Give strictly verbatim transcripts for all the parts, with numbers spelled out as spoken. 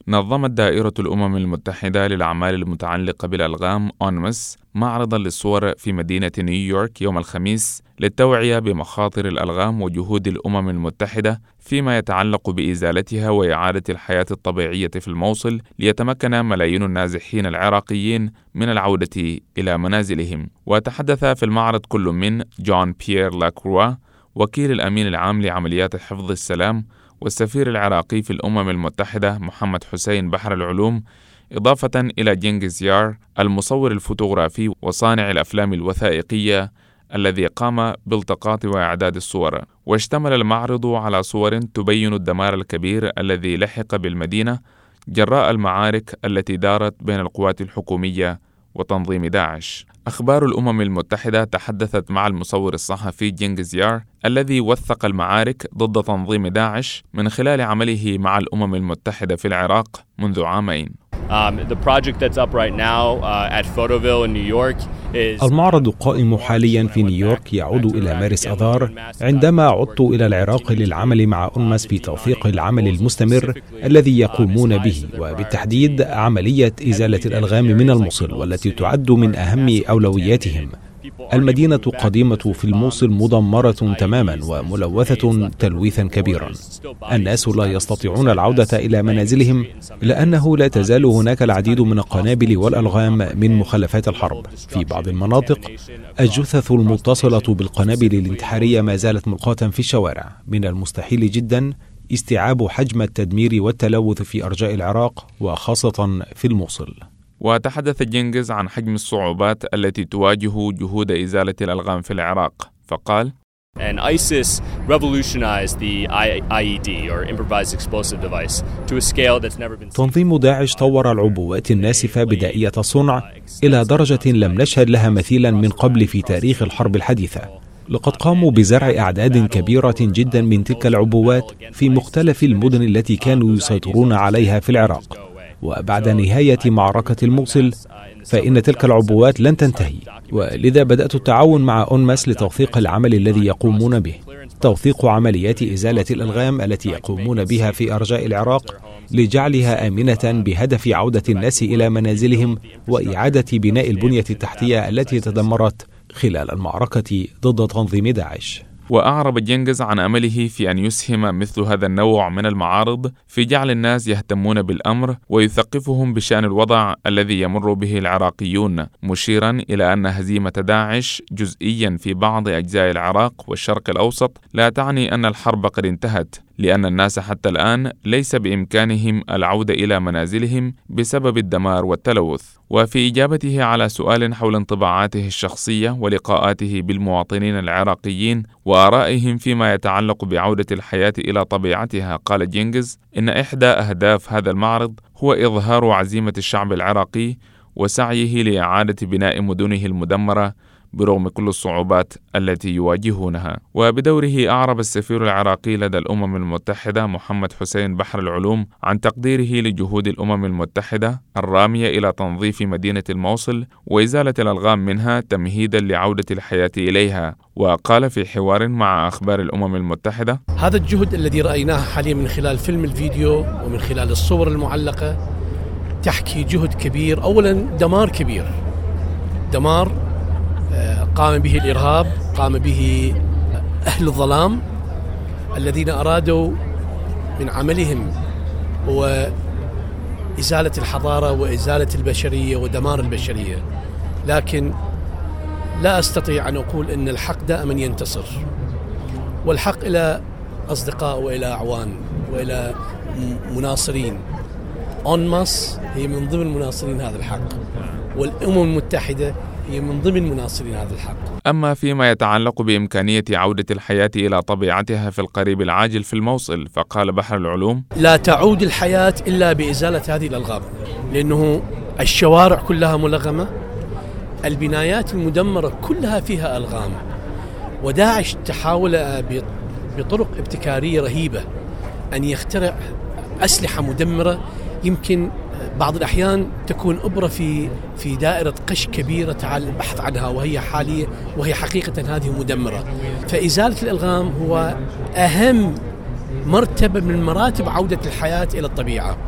نظمت دائرة الأمم المتحدة للأعمال المتعلقة بالألغام أونمس معرضاً للصور في مدينة نيويورك يوم الخميس للتوعية بمخاطر الألغام وجهود الأمم المتحدة فيما يتعلق بإزالتها وإعادة الحياة الطبيعية في الموصل ليتمكن ملايين النازحين العراقيين من العودة إلى منازلهم. وتحدث في المعرض كل من جون بيير لاكروا وكيل الأمين العام لعمليات حفظ السلام والسفير العراقي في الأمم المتحدة محمد حسين بحر العلوم، إضافة إلى جينغيز يار المصور الفوتوغرافي وصانع الأفلام الوثائقية الذي قام بالتقاط وإعداد الصور. واشتمل المعرض على صور تبين الدمار الكبير الذي لحق بالمدينة جراء المعارك التي دارت بين القوات الحكومية وتنظيم داعش. أخبار الأمم المتحدة تحدثت مع المصور الصحفي جينغيز يار الذي وثق المعارك ضد تنظيم داعش من خلال عمله مع الأمم المتحدة في العراق منذ عامين. المعرض قائم حاليا في نيويورك يعود إلى مارس أذار، عندما عدت إلى العراق للعمل مع أونمس في توثيق العمل المستمر الذي يقومون به، وبالتحديد عملية إزالة الألغام من الموصل، والتي تعد من أهم أولوياتهم. المدينة قديمة في الموصل مدمرة تماما وملوثة تلويثا كبيرا. الناس لا يستطيعون العودة إلى منازلهم لأنه لا تزال هناك العديد من القنابل والألغام من مخلفات الحرب. في بعض المناطق الجثث المتصلة بالقنابل الانتحارية ما زالت ملقاة في الشوارع. من المستحيل جدا استيعاب حجم التدمير والتلوث في أرجاء العراق وخاصة في الموصل. وتحدث جينغيز عن حجم الصعوبات التي تواجه جهود إزالة الألغام في العراق، فقال: And ISIS revolutionized the I E D or improvised explosive device to a scale that's never been seen. تنظيم داعش طور العبوات الناسفة بدائية الصنع إلى درجة لم نشهد لها مثيلا من قبل في تاريخ الحرب الحديثة. لقد قاموا بزرع أعداد كبيرة جدا من تلك العبوات في مختلف المدن التي كانوا يسيطرون عليها في العراق. وبعد نهاية معركة الموصل فإن تلك العبوات لن تنتهي، ولذا بدأت التعاون مع أونمس لتوثيق العمل الذي يقومون به، توثيق عمليات إزالة الألغام التي يقومون بها في أرجاء العراق لجعلها آمنة بهدف عودة الناس إلى منازلهم وإعادة بناء البنية التحتية التي تدمرت خلال المعركة ضد تنظيم داعش. وأعرب جينغيز عن أمله في أن يسهم مثل هذا النوع من المعارض في جعل الناس يهتمون بالأمر ويثقفهم بشأن الوضع الذي يمر به العراقيون، مشيرا إلى أن هزيمة داعش جزئيا في بعض أجزاء العراق والشرق الأوسط لا تعني أن الحرب قد انتهت، لأن الناس حتى الآن ليس بإمكانهم العودة إلى منازلهم بسبب الدمار والتلوث. وفي إجابته على سؤال حول انطباعاته الشخصية ولقاءاته بالمواطنين العراقيين وآرائهم فيما يتعلق بعودة الحياة إلى طبيعتها، قال جينغيز إن إحدى أهداف هذا المعرض هو إظهار عزيمة الشعب العراقي وسعيه لإعادة بناء مدنه المدمرة برغم كل الصعوبات التي يواجهونها. وبدوره أعرب السفير العراقي لدى الأمم المتحدة محمد حسين بحر العلوم عن تقديره لجهود الأمم المتحدة الرامية إلى تنظيف مدينة الموصل وإزالة الألغام منها تمهيدا لعودة الحياة إليها. وقال في حوار مع أخبار الأمم المتحدة: هذا الجهد الذي رأيناه حاليا من خلال فيلم الفيديو ومن خلال الصور المعلقة تحكي جهد كبير. أولا دمار كبير، دمار قام به الإرهاب، قام به أهل الظلام الذين أرادوا من عملهم هو إزالة الحضارة وإزالة البشرية ودمار البشرية. لكن لا أستطيع أن أقول أن الحق دائما ينتصر، والحق إلى أصدقاء وإلى أعوان وإلى مناصرين. أونمس هي من ضمن مناصرين هذا الحق، والأمم المتحدة هي من ضمن مناصرين هذا الحق. أما فيما يتعلق بإمكانية عودة الحياة إلى طبيعتها في القريب العاجل في الموصل، فقال بحر العلوم: لا تعود الحياة إلا بإزالة هذه الألغام، لأنه الشوارع كلها ملغمة، البنايات المدمرة كلها فيها ألغام، وداعش تحاول بطرق ابتكارية رهيبة أن يخترع أسلحة مدمرة يمكن بعض الأحيان تكون إبرة في في دائرة قش كبيرة تعال البحث عنها، وهي حالية وهي حقيقة هذه مدمرة. فإزالة الألغام هو أهم مرتبة من مراتب عودة الحياة إلى الطبيعة،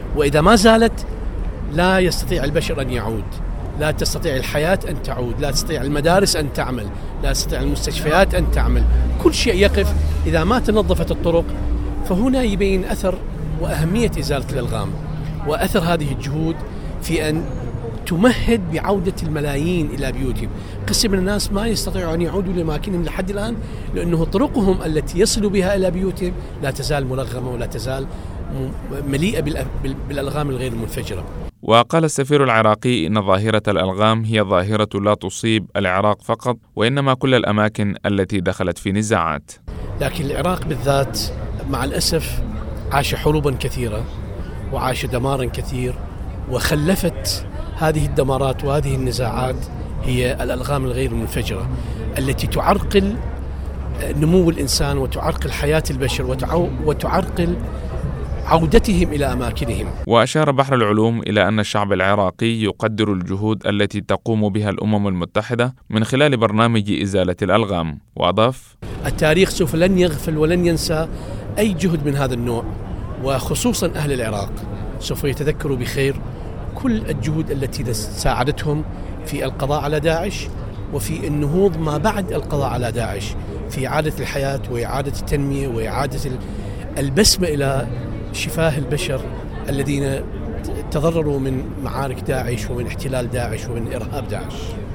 وإذا ما زالت لا يستطيع البشر أن يعود، لا تستطيع الحياة أن تعود، لا تستطيع المدارس أن تعمل، لا تستطيع المستشفيات أن تعمل، كل شيء يقف إذا ما تنظفت الطرق. فهنا يبين أثر وأهمية إزالة الألغام وأثر هذه الجهود في أن تمهد بعودة الملايين إلى بيوتهم. قسم من الناس ما يستطيعوا أن يعودوا لأماكنهم لحد الآن لأنه طرقهم التي يصلوا بها إلى بيوتهم لا تزال ملغمة ولا تزال مليئة بالألغام الغير منفجرة. وقال السفير العراقي إن ظاهرة الألغام هي ظاهرة لا تصيب العراق فقط وإنما كل الأماكن التي دخلت في نزاعات. لكن العراق بالذات مع الأسف عاش حروبا كثيرة وعاش دمارا كثير، وخلفت هذه الدمارات وهذه النزاعات هي الألغام الغير منفجرة التي تعرقل نمو الإنسان وتعرقل حياة البشر وتعرقل عودتهم إلى أماكنهم. وأشار بحر العلوم إلى أن الشعب العراقي يقدر الجهود التي تقوم بها الأمم المتحدة من خلال برنامج إزالة الألغام، وأضاف: التاريخ سوف لن يغفل ولن ينسى أي جهد من هذا النوع، وخصوصا أهل العراق سوف يتذكروا بخير كل الجهود التي ساعدتهم في القضاء على داعش وفي النهوض ما بعد القضاء على داعش، في إعادة الحياة وإعادة التنمية وإعادة البسمة إلى شفاه البشر الذين تضرروا من معارك داعش ومن احتلال داعش ومن إرهاب داعش.